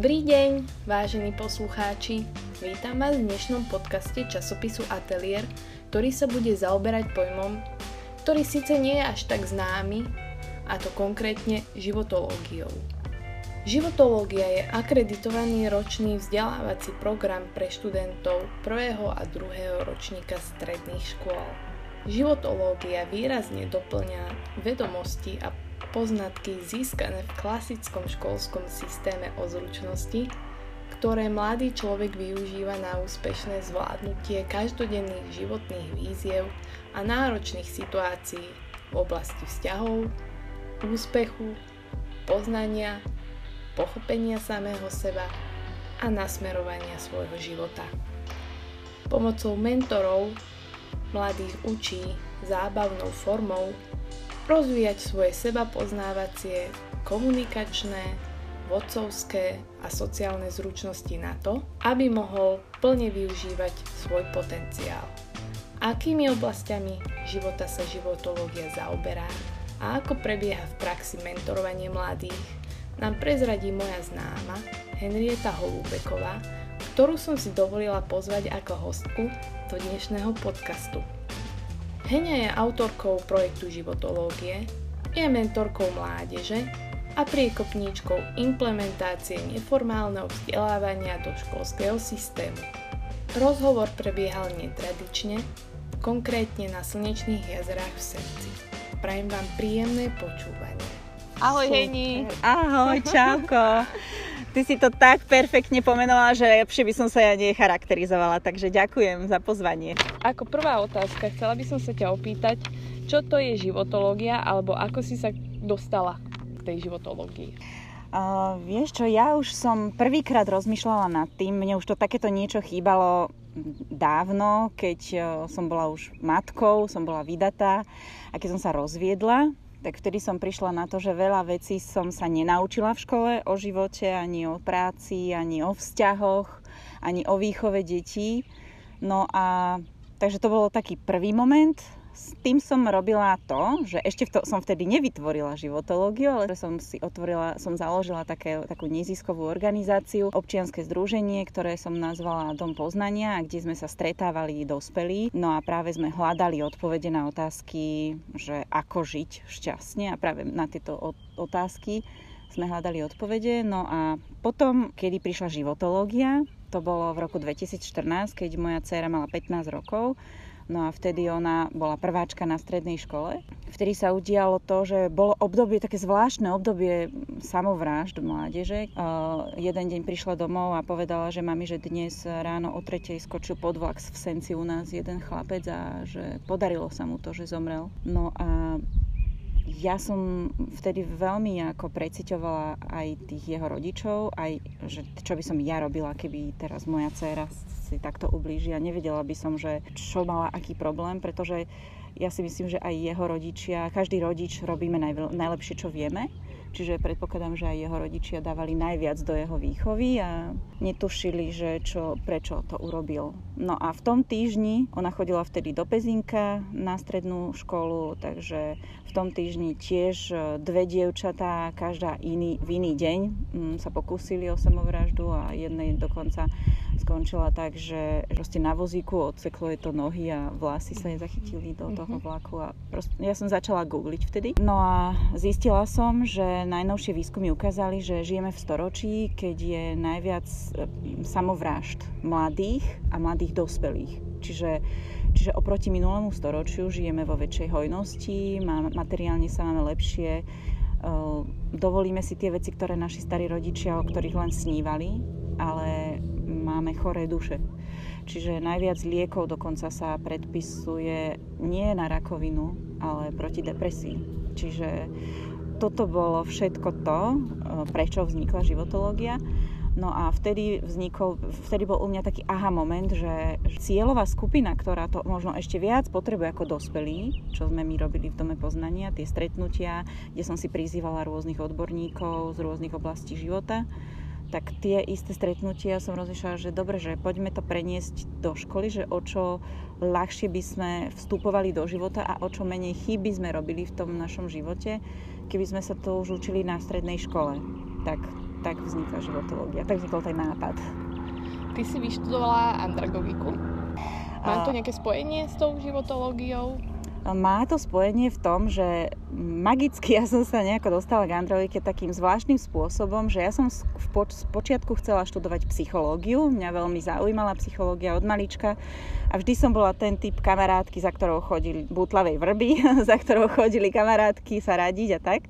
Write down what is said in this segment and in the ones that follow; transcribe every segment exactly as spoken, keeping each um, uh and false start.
Dobrý deň, vážení poslucháči. Vítam vás v dnešnom podcaste časopisu Atelier, ktorý sa bude zaoberať pojmom, ktorý síce nie je až tak známy, a to konkrétne životológiou. Životológia je akreditovaný ročný vzdelávací program pre študentov prvého a druhého ročníka stredných škôl. Životológia výrazne doplňa vedomosti a poznatky získané v klasickom školskom systéme o zručnosti, ktoré mladý človek využíva na úspešné zvládnutie každodenných životných výziev a náročných situácií v oblasti vzťahov, úspechu, poznania, pochopenia samého seba a nasmerovania svojho života. Pomocou mentorov mladých učí zábavnou formou rozvíjať svoje sebapoznávacie, komunikačné, vodcovské a sociálne zručnosti na to, aby mohol plne využívať svoj potenciál. Akými oblastiami života sa životológia zaoberá a ako prebieha v praxi mentorovanie mladých, nám prezradí moja známa Henrieta Holúbeková, ktorú som si dovolila pozvať ako hostku do dnešného podcastu. Heňa je autorkou projektu Životológie, je mentorkou mládeže a priekopníčkou implementácie neformálneho vzdelávania do školského systému. Rozhovor prebiehal netradične, konkrétne na Slnečných jazerách v Senci. Prajem vám príjemné počúvanie. Ahoj Heni. Ahoj, čauko. Ty si to tak perfektne pomenovala, že lepšie by som sa ja necharakterizovala, takže ďakujem za pozvanie. Ako prvá otázka, chcela by som sa ťa opýtať, čo to je životológia, alebo ako si sa dostala k tej životológii? Uh, vieš čo, ja už som prvýkrát rozmýšľala nad tým, mne už to takéto niečo chýbalo dávno, keď uh, som bola už matkou, som bola vydatá a keď som sa rozviedla, tak vtedy som prišla na to, že veľa vecí som sa nenaučila v škole o živote, ani o práci, ani o vzťahoch, ani o výchove detí. No a takže to bolo taký prvý moment. S tým som robila to, že ešte v to, som vtedy nevytvorila životológiu, ale som si otvorila, som založila také, takú neziskovú organizáciu, občianske združenie, ktoré som nazvala Dom poznania, kde sme sa stretávali dospelí. No a práve sme hľadali odpovede na otázky, že ako žiť šťastne, a práve na tieto otázky sme hľadali odpovede. No a potom, kedy prišla životológia, to bolo v roku dvetisícštrnásť, keď moja dcéra mala pätnásť rokov, no a vtedy ona bola prváčka na strednej škole. Vtedy sa udialo to, že bolo obdobie, také zvláštne obdobie samovrážd mládeže. Uh, jeden deň prišla domov a povedala, že mami, že dnes ráno o tretej skočil pod vlak v Senci u nás jeden chlapec a že podarilo sa mu to, že zomrel. No a ja som vtedy veľmi ako preciťovala aj tých jeho rodičov, aj že čo by som ja robila, keby teraz moja dcéra si takto ublíži, a nevedela by som, že čo mala aký problém, pretože ja si myslím, že aj jeho rodičia, každý rodič robíme najv- najlepšie, čo vieme. Čiže predpokladám, že aj jeho rodičia dávali najviac do jeho výchovy a netušili, že čo, prečo to urobil. No a v tom týždni, ona chodila vtedy do Pezínka na strednú školu, takže v tom týždni tiež dve dievčatá, každá iný, v iný deň m, sa pokúsili o samovraždu a jednej dokonca skončila tak, že proste na vozíku odseklo jej to nohy a vlasy sa jej zachytili do toho vlaku. A proste, ja som začala googliť vtedy. No a zistila som, že najnovšie výskumy ukázali, že žijeme v storočí, keď je najviac samovrážd mladých a mladých dospelých. Čiže, čiže oproti minulému storočiu žijeme vo väčšej hojnosti, má, materiálne sa máme lepšie, uh, dovolíme si tie veci, ktoré naši starí rodičia, o ktorých len snívali, ale máme choré duše. Čiže najviac liekov dokonca sa predpisuje nie na rakovinu, ale proti depresii. Čiže toto bolo všetko to, prečo vznikla životológia. No a vtedy vznikol, vtedy bol u mňa taký aha moment, že cieľová skupina, ktorá to možno ešte viac potrebuje ako dospelí, čo sme my robili v Dome poznania, tie stretnutia, kde som si prizývala rôznych odborníkov z rôznych oblastí života, tak tie isté stretnutia som rozmýšľala, že dobre, že poďme to preniesť do školy, že o čo ľahšie by sme vstupovali do života a o čo menej chýb sme robili v tom našom živote, keby sme sa to už učili na strednej škole. Tak tak vznikla životológia, tak vznikol ten nápad. Ty si vyštudovala andragogiku. Má to nejaké spojenie s tou životológiou? Má to spojenie v tom, že magicky ja som sa nejako dostala k andragogike takým zvláštnym spôsobom, že ja som v počiatku chcela študovať psychológiu. Mňa veľmi zaujímala psychológia od malička a vždy som bola ten typ kamarátky, za ktorou chodili bútlavej vrby, za ktorou chodili kamarátky sa radiť a tak.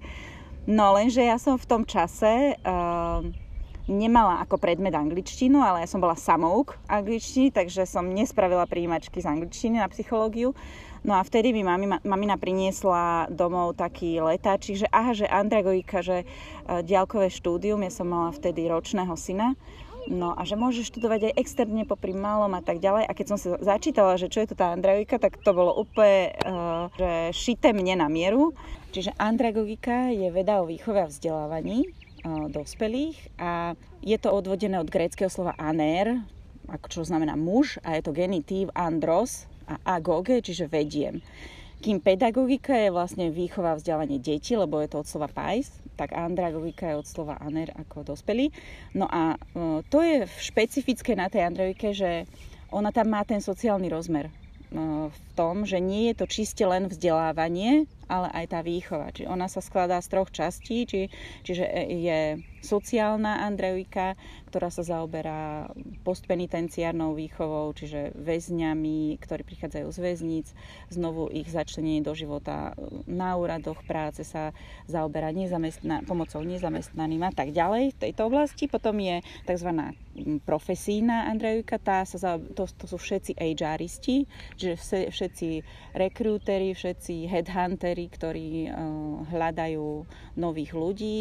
No lenže ja som v tom čase uh, nemala ako predmet angličtinu, ale ja som bola samouk angličtiny, takže som nespravila prijímačky z angličtiny na psychológiu. No a vtedy mi mamina, mamina priniesla domov taký letáčik, že aha, že andragogika, že diaľkové štúdium, ja som mala vtedy ročného syna, no a že môže študovať aj externe popri malom a tak ďalej. A keď som sa začítala, že čo je to tá andragogika, tak to bolo úplne uh, že šité mne na mieru. Čiže andragogika je veda o výchove a vzdelávaní uh, dospelých a je to odvodené od gréckeho slova aner, ako čo znamená muž, a je to genitív andros, a agoge, čiže vediem. Kým pedagogika je vlastne výchova a vzdelávanie detí, lebo je to od slova pais, tak andragogika je od slova aner ako dospelý. No a to je špecifické na tej andragogike, že ona tam má ten sociálny rozmer v tom, že nie je to čiste len vzdelávanie, ale aj tá výchova. Čiže ona sa skladá z troch častí, či, čiže je sociálna andragogika, ktorá sa zaoberá postpenitenciárnou výchovou, čiže väzňami, ktorí prichádzajú z väzníc, znovu ich začlenenie do života na úradoch práce, sa zaoberá nezamestna- pomocou nezamestnaným a tak ďalej v tejto oblasti. Potom je tzv. Profesijná andragogika, tá sa zaoberá, to, to sú všetci HRisti, čiže všetci rekrúteri, všetci headhunteri, ktorí uh, hľadajú nových ľudí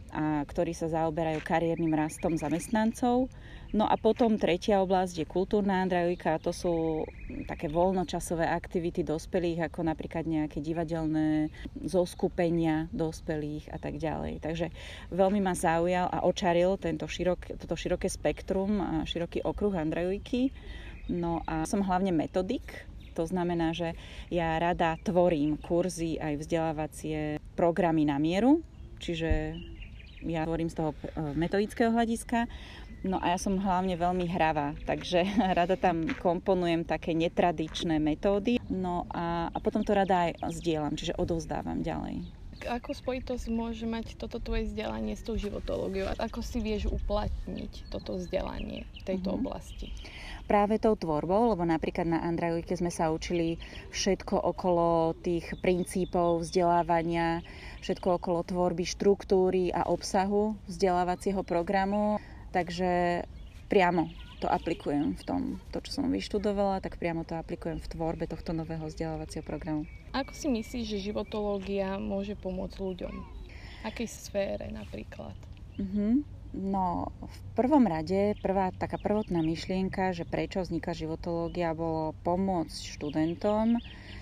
a ktorí sa zaoberajú kariérnym rastom zamestnancov. No a potom tretia oblasť je kultúrna andragogika, to sú také voľnočasové aktivity dospelých, ako napríklad nejaké divadelné zoskupenia dospelých a tak ďalej. Takže veľmi ma zaujal a očaril tento širok, toto široké spektrum a široký okruh andragogiky. No a som hlavne metodik. To znamená, že ja rada tvorím kurzy aj vzdelávacie programy na mieru, čiže ja tvorím z toho metodického hľadiska. No a ja som hlavne veľmi hravá, takže rada tam komponujem také netradičné metódy. No a, a potom to rada aj zdieľam, čiže odovzdávam ďalej. Ako spojitosť môže mať toto tvoje vzdelanie s tou životológiou? Ako si vieš uplatniť toto vzdelanie v tejto mm-hmm. oblasti? Práve tou tvorbou, lebo napríklad na andragogike sme sa učili všetko okolo tých princípov vzdelávania, všetko okolo tvorby štruktúry a obsahu vzdelávacieho programu, takže priamo to aplikujem v tom, to čo som vyštudovala, tak priamo to aplikujem v tvorbe tohto nového vzdelávacieho programu. Ako si myslíš, že životológia môže pomôcť ľuďom? V akej sfére napríklad? Uh-huh. No, v prvom rade, prvá taká prvotná myšlienka, že prečo vznikla životológia, bolo pomôcť študentom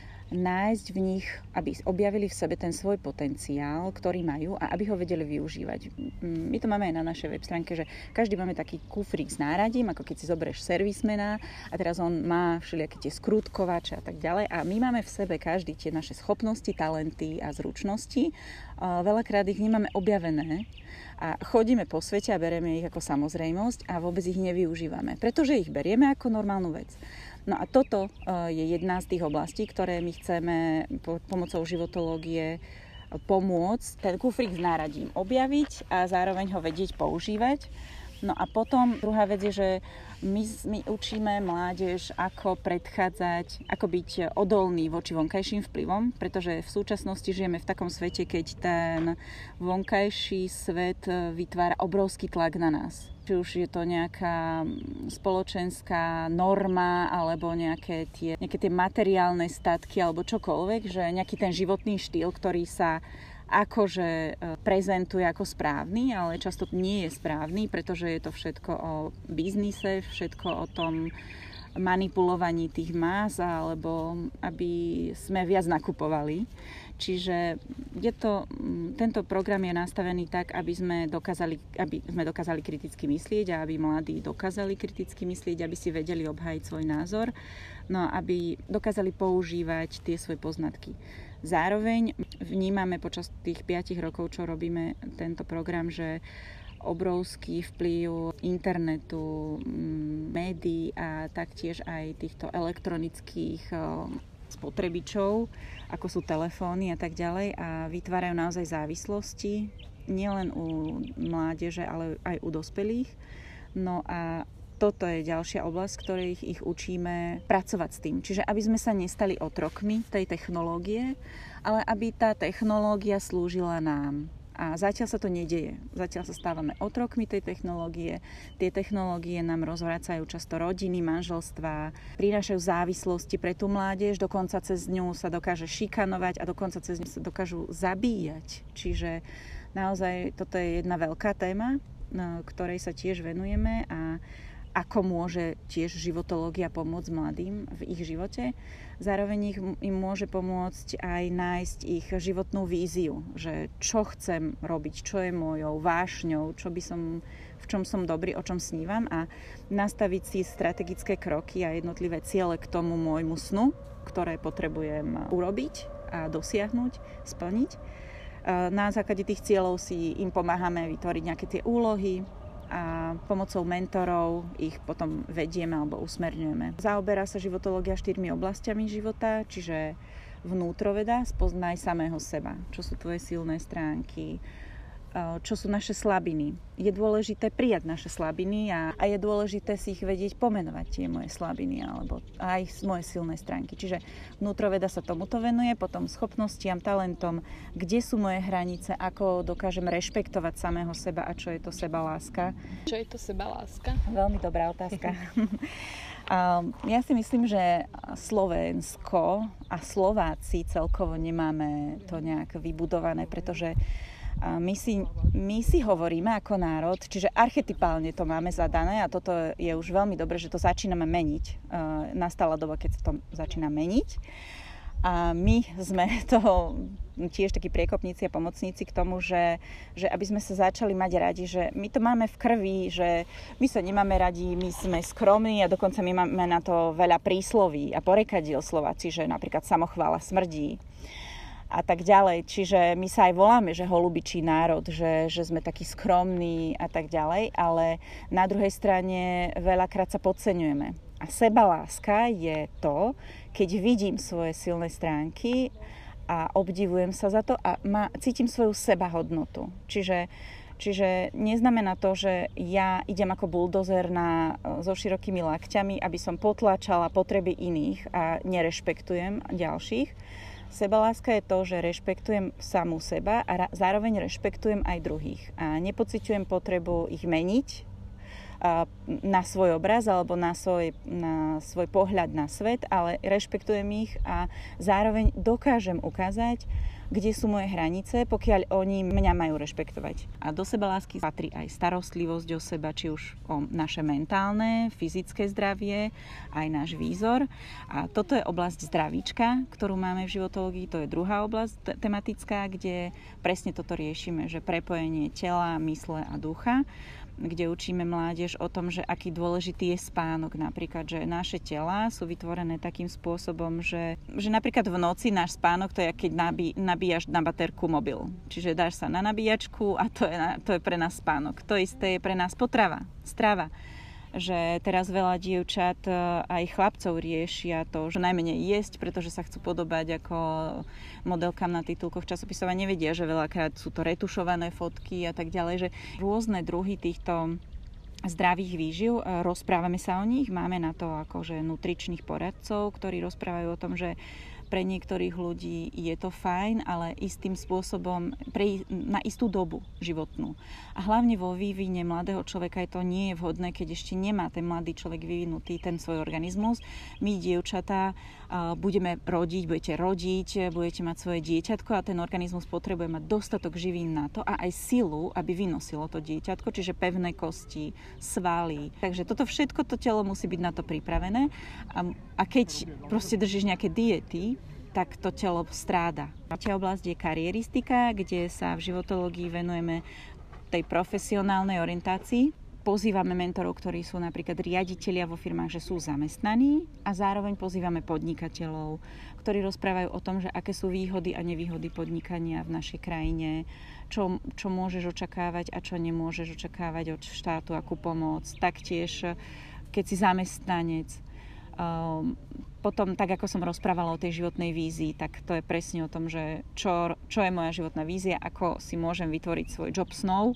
nájsť v nich, aby objavili v sebe ten svoj potenciál, ktorý majú a aby ho vedeli využívať. My to máme aj na našej web stránke, že každý máme taký kufrík s náradím, ako keď si zoberieš servismena a teraz on má všelijaké tie skrutkovače a tak ďalej a my máme v sebe každý tie naše schopnosti, talenty a zručnosti. Veľakrát ich nemáme objavené a chodíme po svete a berieme ich ako samozrejmosť a vôbec ich nevyužívame, pretože ich berieme ako normálnu vec. No a toto je jedna z tých oblastí, ktoré my chceme pomocou životológie pomôcť ten kufrík s náradím objaviť a zároveň ho vedieť používať. No a potom druhá vec je, že my, my učíme mládež, ako predchádzať, ako byť odolný voči vonkajším vplyvom, pretože v súčasnosti žijeme v takom svete, keď ten vonkajší svet vytvára obrovský tlak na nás. Či už je to nejaká spoločenská norma, alebo nejaké tie, nejaké tie materiálne statky, alebo čokoľvek, že nejaký ten životný štýl, ktorý sa akože prezentuje ako správny, ale často nie je správny, pretože je to všetko o biznise, všetko o tom manipulovaní tých más, alebo aby sme viac nakupovali. Čiže je to, tento program je nastavený tak, aby sme dokázali, aby sme dokázali kriticky myslieť a aby mladí dokázali kriticky myslieť, aby si vedeli obhájiť svoj názor, no aby dokázali používať tie svoje poznatky. Zároveň vnímame počas tých piatich rokov, čo robíme tento program, že obrovský vplyv internetu, médií a taktiež aj týchto elektronických spotrebičov, ako sú telefóny a tak ďalej, a vytvárajú naozaj závislosti nielen u mládeže, ale aj u dospelých. No a toto je ďalšia oblasť, ktorej ich učíme pracovať s tým. Čiže aby sme sa nestali otrokmi tej technológie, ale aby tá technológia slúžila nám. A zatiaľ sa to nedeje. Zatiaľ sa stávame otrokmi tej technológie. Tie technológie nám rozvracajú často rodiny, manželstvá, prinášajú závislosti pre tú mládež, dokonca cez ňu sa dokáže šikanovať a dokonca cez ňu sa dokážu zabíjať. Čiže naozaj toto je jedna veľká téma, ktorej sa tiež venujeme, a ako môže tiež životológia pomôcť mladým v ich živote. Zároveň ich, im môže pomôcť aj nájsť ich životnú víziu, že čo chcem robiť, čo je mojou vášňou, čo by som, v čom som dobrý, o čom snívam, a nastaviť si strategické kroky a jednotlivé ciele k tomu môjmu snu, ktoré potrebujem urobiť a dosiahnuť, splniť. Na základe tých cieľov si im pomáhame vytvoriť nejaké tie úlohy a pomocou mentorov ich potom vedieme alebo usmerňujeme. Zaoberá sa životológia štyrmi oblastiami života, čiže vnútroveda, spoznaj samého seba, čo sú tvoje silné stránky, čo sú naše slabiny. Je dôležité prijať naše slabiny a, a je dôležité si ich vedieť pomenovať, tie moje slabiny alebo aj moje silné stránky. Čiže vnútroveda sa tomuto venuje, potom schopnostiam, talentom, kde sú moje hranice, ako dokážem rešpektovať samého seba a čo je to sebaláska. Čo je to sebaláska? Veľmi dobrá otázka. Ja si myslím, že Slovensko a Slováci celkovo nemáme to nejak vybudované, pretože My si, my si hovoríme ako národ, čiže archetypálne to máme zadané, a toto je už veľmi dobré, že to začíname meniť. Nastala doba, keď sa to začína meniť. A my sme toho tiež takí priekopníci a pomocníci k tomu, že, že aby sme sa začali mať radi, že my to máme v krvi, že my sa nemáme radi, my sme skromní, a dokonca my máme na to veľa prísloví a porekadiel Slováci, že napríklad samochvála smrdí a tak ďalej. Čiže my sa aj voláme, že holubičí národ, že, že sme takí skromní a tak ďalej, ale na druhej strane veľakrát sa podceňujeme. A sebaláska je to, keď vidím svoje silné stránky a obdivujem sa za to a má, cítim svoju sebahodnotu. Čiže, čiže neznamená to, že ja idem ako buldozer na, so širokými lakťami, aby som potláčala potreby iných a nerešpektujem ďalších. Sebaláska je to, že rešpektujem samú seba a ra- zároveň rešpektujem aj druhých. A nepociťujem potrebu ich meniť a, na svoj obraz alebo na svoj, na svoj pohľad na svet, ale rešpektujem ich a zároveň dokážem ukázať, kde sú moje hranice, pokiaľ oni mňa majú rešpektovať. A do sebalásky patrí aj starostlivosť o seba, či už o naše mentálne, fyzické zdravie, aj náš výzor. A toto je oblasť zdravíčka, ktorú máme v životológii, to je druhá oblasť te- tematická, kde presne toto riešime, že prepojenie tela, mysle a ducha, kde učíme mládež o tom, že aký dôležitý je spánok. Napríklad, že naše telá sú vytvorené takým spôsobom, že, že napríklad v noci náš spánok, to je, keď nabí, nabíjaš na baterku mobil. Čiže dáš sa na nabíjačku a to je, to je pre nás spánok. To isté je pre nás potrava, strava. Že teraz veľa dievčat aj chlapcov riešia to, že najmenej jesť, pretože sa chcú podobať ako modelkám na titulkoch časopisov a nevedia, že veľakrát sú to retušované fotky a tak ďalej, že rôzne druhy týchto zdravých výživ, rozprávame sa o nich, máme na to akože nutričných poradcov, ktorí rozprávajú o tom, že pre niektorých ľudí je to fajn, ale istým spôsobom pre, na istú dobu životnú. A hlavne vo vývine mladého človeka je to nie je vhodné, keď ešte nemá ten mladý človek vyvinutý ten svoj organizmus. My, dievčatá, budeme rodiť, budete rodiť, budete mať svoje dieťatko a ten organizmus potrebuje mať dostatok živín na to a aj silu, aby vynosilo to dieťatko, čiže pevné kosti, svaly. Takže toto všetko, to telo musí byť na to pripravené. A, a keď proste držíš nejaké diety, tak to telo stráda. Ďalšia oblasť je karieristika, kde sa v životológii venujeme tej profesionálnej orientácii pozývame mentorov, ktorí sú napríklad riaditelia vo firmách, že sú zamestnaní, a zároveň pozývame podnikateľov, ktorí rozprávajú o tom, že aké sú výhody a nevýhody podnikania v našej krajine, čo, čo môžeš očakávať a čo nemôžeš očakávať od štátu, akú pomoc. Taktiež, keď si zamestnanec, um, potom, tak ako som rozprávala o tej životnej vízii, tak to je presne o tom, že čo, čo je moja životná vízia, ako si môžem vytvoriť svoj job snov.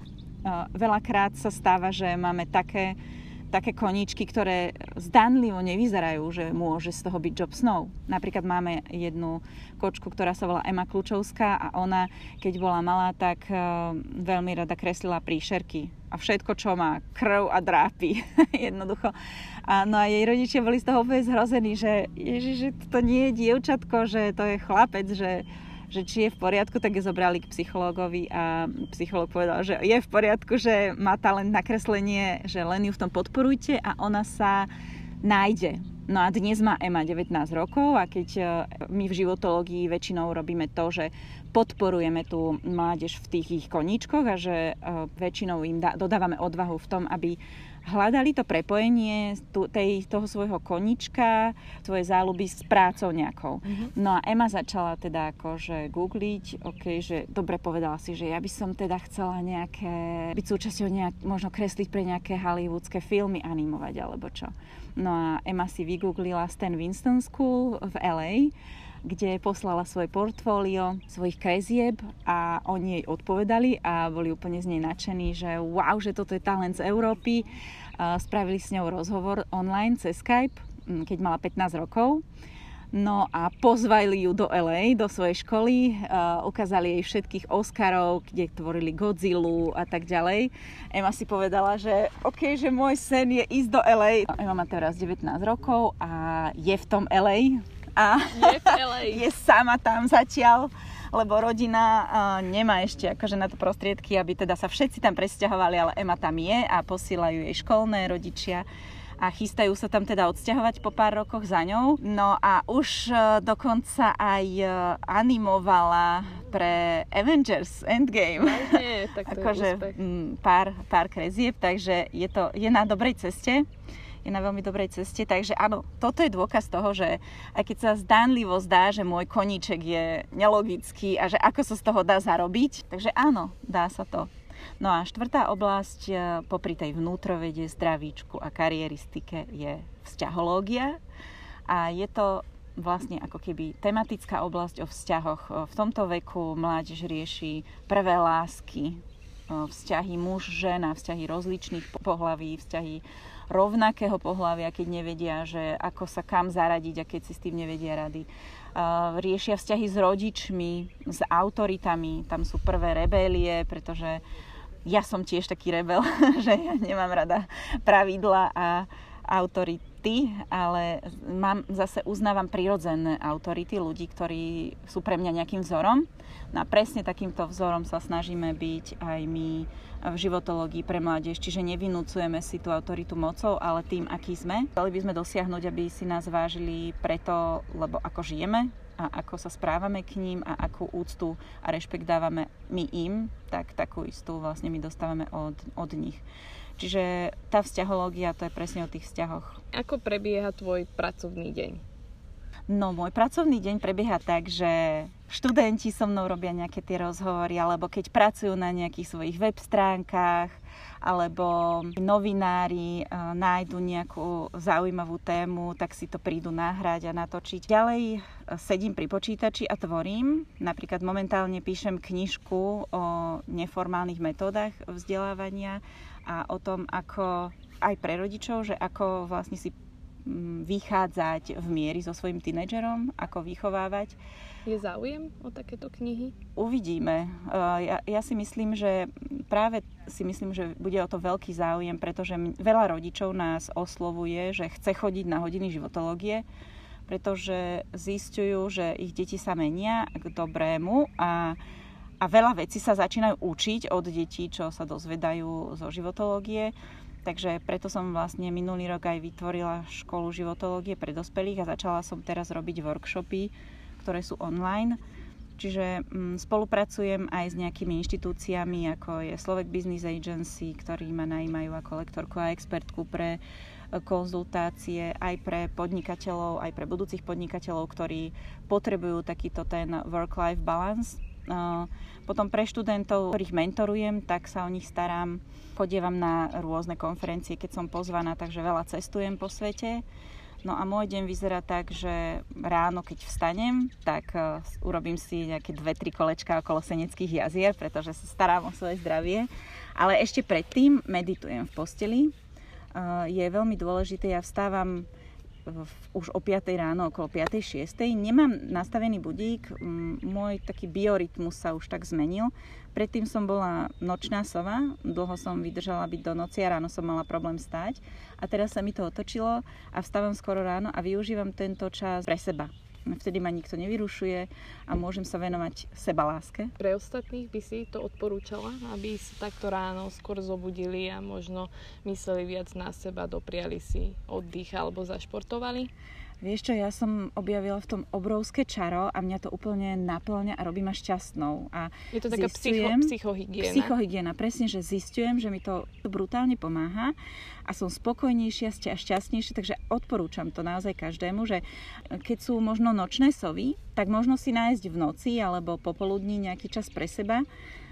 Uh, veľakrát sa stáva, že máme také, také koníčky, ktoré zdanlivo nevyzerajú, že môže z toho byť job snov. Napríklad máme jednu kočku, ktorá sa volá Ema Kľúčovská, a ona, keď bola malá, tak uh, veľmi rada kreslila príšerky. A všetko, čo má krv a drápy. Jednoducho. A, no a jej rodičia boli z toho úplne zhrození, že ježiš, že to nie je dievčatko, že to je chlapec, že, že či je v poriadku, tak je zobrali k psychológovi a psychológ povedal, že je v poriadku, že má talent na kreslenie, že len ju v tom podporujte a ona sa nájde. No a dnes má Ema devätnásť rokov, a keď my v životológii väčšinou robíme to, že podporujeme tú mládež v tých ich koníčkoch a že väčšinou im dodávame odvahu v tom, aby hľadali to prepojenie tej, toho svojho koníčka, svoje záľuby s prácou nejakou. Mm-hmm. No a Ema začala teda akože googliť, okay, že dobre, povedala si, že ja by som teda chcela nejaké, byť súčasťou nejak, možno kresliť pre nejaké hollywoodske filmy, animovať alebo čo. No a Ema si vygooglila Stan Winston School v el ej, kde poslala svoje portfólio svojich krezieb a oni jej odpovedali a boli úplne z nej nadšení, že wow, že toto je talent z Európy. Spravili s ňou rozhovor online cez Skype, keď mala pätnásť rokov. No a pozvali ju do el ej, do svojej školy, uh, ukázali jej všetkých Oscarov, kde tvorili Godzillu a tak ďalej. Ema si povedala, že OK, že môj sen je ísť do el ej. Ema má teraz devätnásť rokov a je v tom el ej. A je v el ej. Je sama tam zatiaľ, lebo rodina uh, nemá ešte akože na to prostriedky, aby teda sa všetci tam presťahovali, ale Ema tam je a posílajú jej školné rodičia. A chystajú sa tam teda odsťahovať po pár rokoch za ňou. No a už uh, dokonca aj uh, animovala pre Avengers Endgame. Nie, tak to akože, je úspech. m, pár, pár krezieb, takže je, to, je na dobrej ceste. Je na veľmi dobrej ceste, takže áno, toto je dôkaz toho, že aj keď sa zdánlivo zdá, že môj koníček je nelogický a že ako sa z toho dá zarobiť, takže áno, dá sa to. No a štvrtá oblasť popri tej vnútrovede, zdravíčku a kariéristike je vzťahológia. A je to vlastne ako keby tematická oblasť o vzťahoch. V tomto veku mládež rieši prvé lásky, vzťahy muž-žena, vzťahy rozličných pohlaví, vzťahy rovnakého pohlavia, keď nevedia, že ako sa kam zaradiť a keď si s tým nevedia rady. Riešia vzťahy s rodičmi, s autoritami. Tam sú prvé rebélie, pretože ja som tiež taký rebel, že ja nemám rada pravidla a autority, ale mám, zase uznávam prirodzené autority ľudí, ktorí sú pre mňa nejakým vzorom. No a presne takýmto vzorom sa snažíme byť aj my v životológii pre mládež, čiže nevinúcujeme si tú autoritu mocou, ale tým, aký sme. Chceli by sme dosiahnuť, aby si nás vážili preto, lebo ako žijeme a ako sa správame k ním a akú úctu a rešpekt dávame my im, tak takú istú vlastne my dostávame od, od nich. Čiže tá vzťahológia, to je presne o tých vzťahoch. Ako prebieha tvoj pracovný deň? No, môj pracovný deň prebieha tak, že študenti so mnou robia nejaké tie rozhovory, alebo keď pracujú na nejakých svojich web stránkach, alebo novinári uh, nájdu nejakú zaujímavú tému, tak si to prídu nahrať a natočiť. Ďalej uh, sedím pri počítači a tvorím. Napríklad momentálne píšem knižku o neformálnych metódach vzdelávania a o tom, ako aj pre rodičov, že ako vlastne si vychádzať v miery so svojím tínedžerom, ako vychovávať. Je záujem o takéto knihy? Uvidíme. Ja, ja si myslím, že práve si myslím, že bude o to veľký záujem, pretože veľa rodičov nás oslovuje, že chce chodiť na hodiny životológie, pretože zisťujú, že ich deti sa menia k dobrému a, a veľa vecí sa začínajú učiť od detí, čo sa dozvedajú zo životológie. Takže preto som vlastne minulý rok aj vytvorila školu životológie pre dospelých a začala som teraz robiť workshopy, ktoré sú online. Čiže um, spolupracujem aj s nejakými inštitúciami, ako je Slovak Business Agency, ktorí ma najímajú ako lektorku a expertku pre konzultácie aj pre podnikateľov, aj pre budúcich podnikateľov, ktorí potrebujú takýto ten work-life balance. Potom pre študentov, ktorých mentorujem, tak sa o nich starám. Chodievam na rôzne konferencie, keď som pozvaná, takže veľa cestujem po svete. No a môj deň vyzerá tak, že ráno, keď vstanem, tak urobím si nejaké dve tri kolečka okolo Seneckých jazier, pretože sa starám o svoje zdravie. Ale ešte predtým meditujem v posteli. Je veľmi dôležité, ja vstávam už o piatej ráno, okolo piatej šiestej. Nemám nastavený budík, môj taký biorytmus sa už tak zmenil. Predtým som bola nočná sova, dlho som vydržala byť do noci a ráno som mala problém vstať. A teraz sa mi to otočilo a vstávam skoro ráno a využívam tento čas pre seba. Vtedy ma nikto nevyrušuje a môžem sa venovať sebaláske. Pre ostatných by si to odporúčala, aby sa takto ráno skôr zobudili a možno mysleli viac na seba, dopriali si oddych alebo zašportovali? Vieš čo, ja som objavila v tom obrovské čaro a mňa to úplne naplňa a robí ma šťastnou. A je to taká zistujem, psycho, psychohygiena. Psychohygiena, presne, že zistujem, že mi to brutálne pomáha a som spokojnejšia a šťastnejšia, takže odporúčam to naozaj každému, že keď sú možno nočné sovy, tak možno si nájsť v noci alebo popoludní nejaký čas pre seba,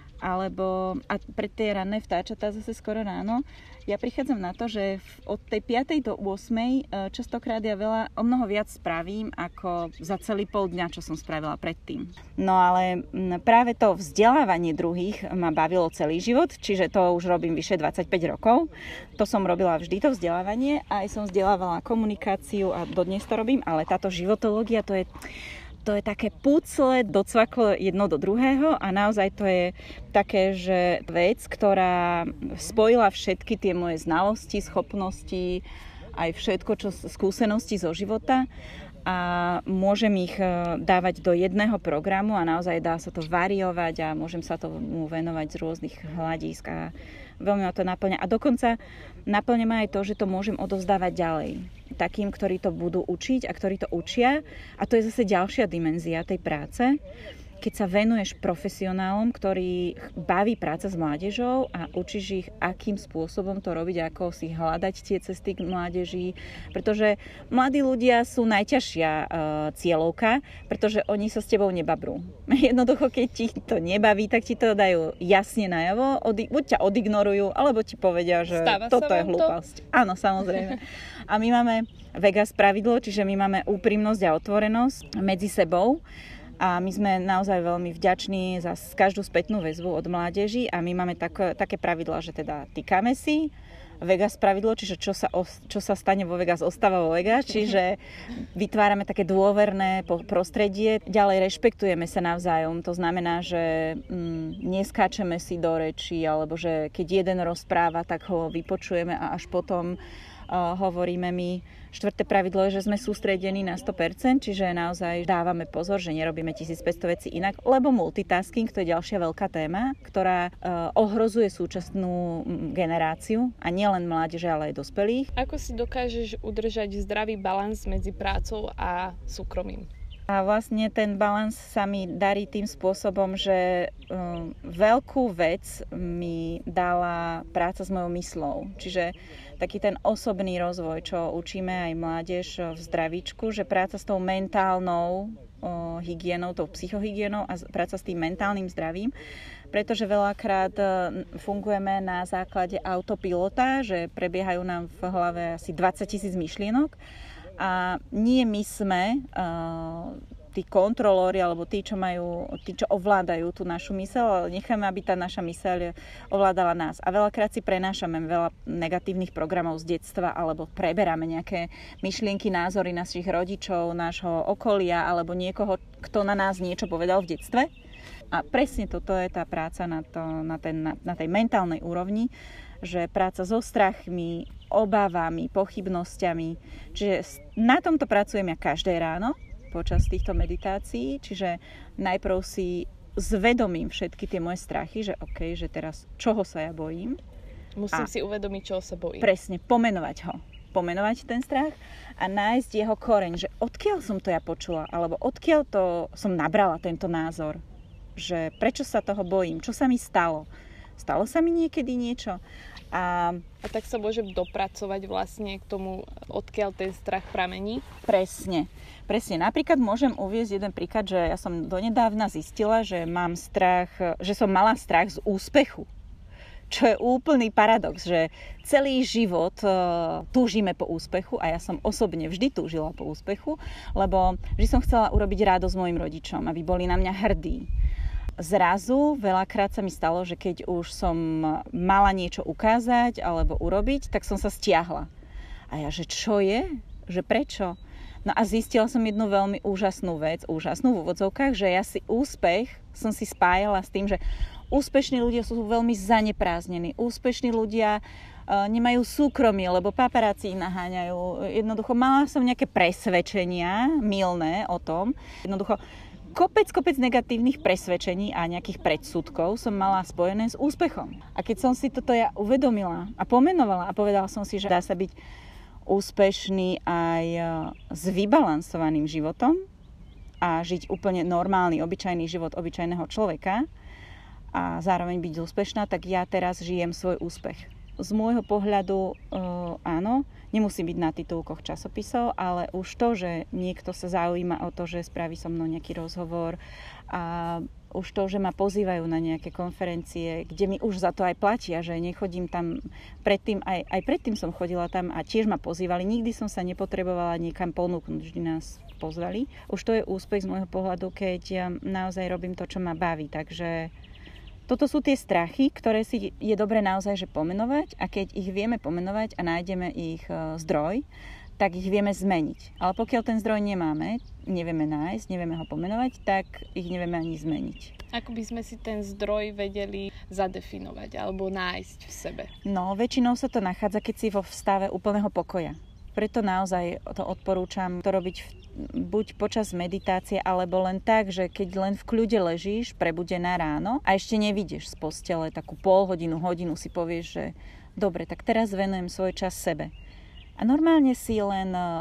alebo a pre tie ranné vtáčatá zase skoro ráno. Ja prichádzam na to, že od tej piatej do ôsmej častokrát ja veľa, o mnoho viac spravím ako za celý pol dňa, čo som spravila predtým. No ale práve to vzdelávanie druhých ma bavilo celý život, čiže to už robím vyše dvadsaťpäť rokov. To som robila vždy, to vzdelávanie, a aj som vzdelávala komunikáciu a dodnes to robím, ale táto životológia, to je To je také pucle, docvaklo jedno do druhého a naozaj to je také, že vec, ktorá spojila všetky tie moje znalosti, schopnosti, aj všetko, čo skúsenosti zo života a môžem ich dávať do jedného programu a naozaj dá sa to variovať a môžem sa tomu venovať z rôznych hľadísk a veľmi ma to naplňa. A dokonca naplňa ma aj to, že to môžem odovzdávať ďalej takým, ktorí to budú učiť a ktorí to učia. A to je zase ďalšia dimenzia tej práce. Keď sa venuješ profesionálom, ktorí baví práca s mládežou a učíš ich, akým spôsobom to robiť, ako si hľadať tie cesty k mládeži. Pretože mladí ľudia sú najťažšia e, cieľovka, pretože oni sa s tebou nebabrú. Jednoducho, keď ti to nebaví, tak ti to dajú jasne najavo, odi- buď ťa odignorujú, alebo ti povedia, že Stáva toto je hlúposť. To? Áno, samozrejme. A my máme Vegas pravidlo, čiže my máme úprimnosť a otvorenosť medzi sebou. A my sme naozaj veľmi vďační za každú spätnú väzbu od mládeží a my máme tak, také pravidlá, že teda týkame si Vegas pravidlo, čiže čo sa, čo sa stane vo Vegas, ostáva vo Vegas, čiže vytvárame také dôverné prostredie, ďalej rešpektujeme sa navzájom, to znamená, že mm, neskáčeme si do rečí, alebo že keď jeden rozpráva, tak ho vypočujeme a až potom uh, hovoríme my. Štvrté pravidlo je, že sme sústredení na sto percent, čiže naozaj dávame pozor, že nerobíme tisícpäťsto vecí inak, lebo multitasking to je ďalšia veľká téma, ktorá uh, ohrozuje súčasnú generáciu a nielen mládeže, ale aj dospelých. Ako si dokážeš udržať zdravý balans medzi prácou a súkromím? A vlastne ten balans sa mi darí tým spôsobom, že um, veľkú vec mi dala práca s mojou myslou. Čiže taký ten osobný rozvoj, čo učíme aj mládež v zdravíčku, že práca s tou mentálnou o, hygienou, tou psychohygienou a práca s tým mentálnym zdravím, pretože veľakrát fungujeme na základe autopilota, že prebiehajú nám v hlave asi dvadsaťtisíc myšlienok a nie my sme uh, tí kontrolóri alebo tí, čo majú, tí, čo ovládajú tú našu myseľ, ale necháme, aby tá naša myseľ ovládala nás. A veľakrát si prenášame veľa negatívnych programov z detstva alebo preberáme nejaké myšlienky, názory našich rodičov, nášho okolia alebo niekoho, kto na nás niečo povedal v detstve. A presne toto je tá práca na, to, na, ten, na, na tej mentálnej úrovni, že práca so strachmi, obávami, pochybnosťami. Čiže na tomto pracujem ja každé ráno počas týchto meditácií, čiže najprv si zvedomím všetky tie moje strachy, že OK, že teraz čoho sa ja bojím. Musím a si uvedomiť, čoho sa bojím. Presne, pomenovať ho. pomenovať ten strach a nájsť jeho koreň, že odkiaľ som to ja počula, alebo odkiaľ to som nabrala tento názor, že prečo sa toho bojím, čo sa mi stalo. Stalo sa mi niekedy niečo? A, a tak sa môžem dopracovať vlastne k tomu, odkiaľ ten strach pramení? Presne. Presne. Napríklad môžem uviesť jeden príklad, že ja som donedávna zistila, že mám strach, že som mala strach z úspechu. Čo je úplný paradox, že celý život uh, túžime po úspechu a ja som osobne vždy túžila po úspechu, lebo vždy som chcela urobiť radosť mojim rodičom, aby boli na mňa hrdí. Zrazu veľakrát sa mi stalo, že keď už som mala niečo ukázať alebo urobiť, tak som sa stiahla. A ja, že čo je? Že prečo? No a zistila som jednu veľmi úžasnú vec, úžasnú v úvodzovkách, že ja si úspech som si spájala s tým, že úspešní ľudia sú veľmi zanepráznení. Úspešní ľudia uh, nemajú súkromie, lebo paparáci ich naháňajú. Jednoducho mala som nejaké presvedčenia mylné o tom. Jednoducho kopec, kopec negatívnych presvedčení a nejakých predsudkov som mala spojené s úspechom. A keď som si toto ja uvedomila a pomenovala a povedala som si, že dá sa byť úspešný aj s vybalansovaným životom a žiť úplne normálny, obyčajný život obyčajného človeka, a zároveň byť úspešná, tak ja teraz žijem svoj úspech. Z môjho pohľadu uh, áno, nemusím byť na titulkoch časopisov, ale už to, že niekto sa zaujíma o to, že spraví so mnou nejaký rozhovor a už to, že ma pozývajú na nejaké konferencie, kde mi už za to aj platia, že nechodím tam predtým, aj, aj predtým som chodila tam a tiež ma pozývali. Nikdy som sa nepotrebovala niekam ponúknuť, vždy nás pozvali. Už to je úspech z môjho pohľadu, keď ja naozaj robím to, čo ma baví, takže toto sú tie strachy, ktoré si je dobre naozaj že pomenovať a keď ich vieme pomenovať a nájdeme ich zdroj, tak ich vieme zmeniť. Ale pokiaľ ten zdroj nemáme, nevieme nájsť, nevieme ho pomenovať, tak ich nevieme ani zmeniť. Ako by sme si ten zdroj vedeli zadefinovať alebo nájsť v sebe? No, väčšinou sa to nachádza, keď si vo stave úplného pokoja. Preto naozaj to odporúčam to robiť buď počas meditácie, alebo len tak, že keď len v kľude ležíš, prebudená ráno a ešte nevidíš z postele takú pol hodinu, hodinu si povieš, že dobre, tak teraz venujem svoj čas sebe. A normálne si len o,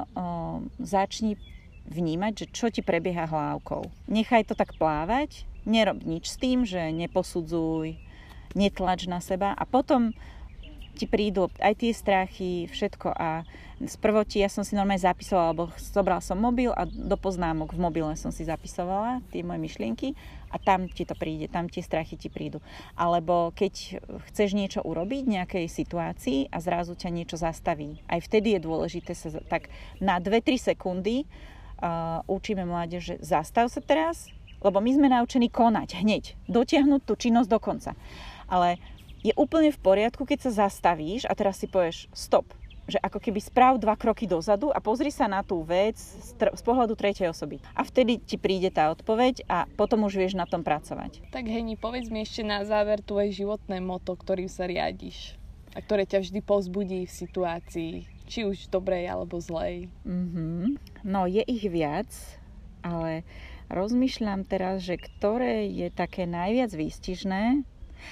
začni vnímať, že čo ti prebieha hlávkou. Nechaj to tak plávať, nerob nič s tým, že neposudzuj, netlač na seba a potom ti prídu aj tie strachy, všetko a z prvoti ja som si normálne zapisovala, alebo zobral som mobil a do poznámok v mobile som si zapisovala tie moje myšlienky a tam ti to príde, tam tie strachy ti prídu. Alebo keď chceš niečo urobiť v nejakej situácii a zrazu ťa niečo zastaví. Aj vtedy je dôležité sa tak na dve tri sekundy uh, učíme mládež, že zastav sa teraz, lebo my sme naučení konať hneď, dotiahnuť tú činnosť do konca. Ale je úplne v poriadku, keď sa zastavíš a teraz si povieš stop. Že ako keby správ dva kroky dozadu a pozri sa na tú vec z, tr- z pohľadu tretej osoby. A vtedy ti príde tá odpoveď a potom už vieš na tom pracovať. Tak Heni, povedz mi ešte na záver tvoje životné motto, ktorým sa riadiš a ktoré ťa vždy povzbudí v situácii, či už dobrej alebo zlej. Mm-hmm. No je ich viac, ale rozmýšľam teraz, že ktoré je také najviac výstižné.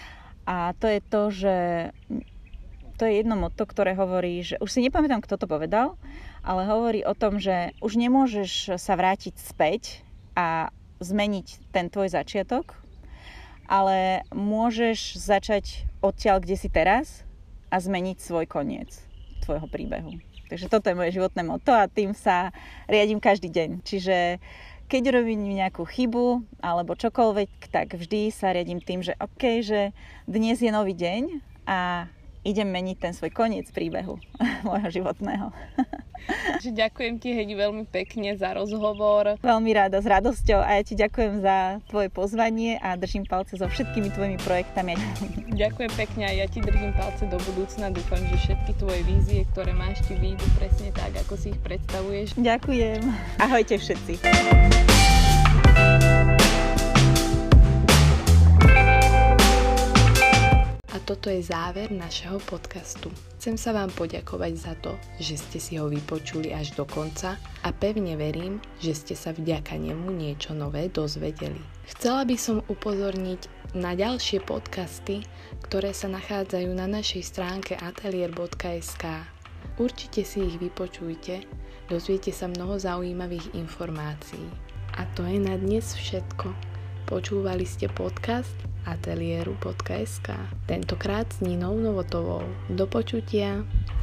A to je to, že to je jedno motto, ktoré hovorí, že už si nepamätám, kto to povedal, ale hovorí o tom, že už nemôžeš sa vrátiť späť a zmeniť ten tvoj začiatok, ale môžeš začať odtiaľ, kde si teraz a zmeniť svoj koniec tvojho príbehu. Takže toto je moje životné motto a tým sa riadím každý deň. Čiže keď robím nejakú chybu alebo čokoľvek, tak vždy sa riadím tým, že OK, že dnes je nový deň a idem meniť ten svoj koniec príbehu môjho životného. Ďakujem ti, Heni, veľmi pekne za rozhovor. Veľmi rada, s radosťou a ja ti ďakujem za tvoje pozvanie a držím palce so všetkými tvojimi projektami. Ďakujem pekne a ja ti držím palce do budúcna. Dúfam, že všetky tvoje vízie, ktoré máš, ti výjdu presne tak, ako si ich predstavuješ. Ďakujem. Ahojte všetci. A toto je záver našeho podcastu. Chcem sa vám poďakovať za to, že ste si ho vypočuli až do konca a pevne verím, že ste sa vďaka nemu niečo nové dozvedeli. Chcela by som upozorniť na ďalšie podcasty, ktoré sa nachádzajú na našej stránke atelier bodka es ká. Určite si ich vypočujte, dozviete sa mnoho zaujímavých informácií. A to je na dnes všetko. Počúvali ste podcast ateliéru bodka es ká, tentokrát s Ninou Novotovou. Do počutia.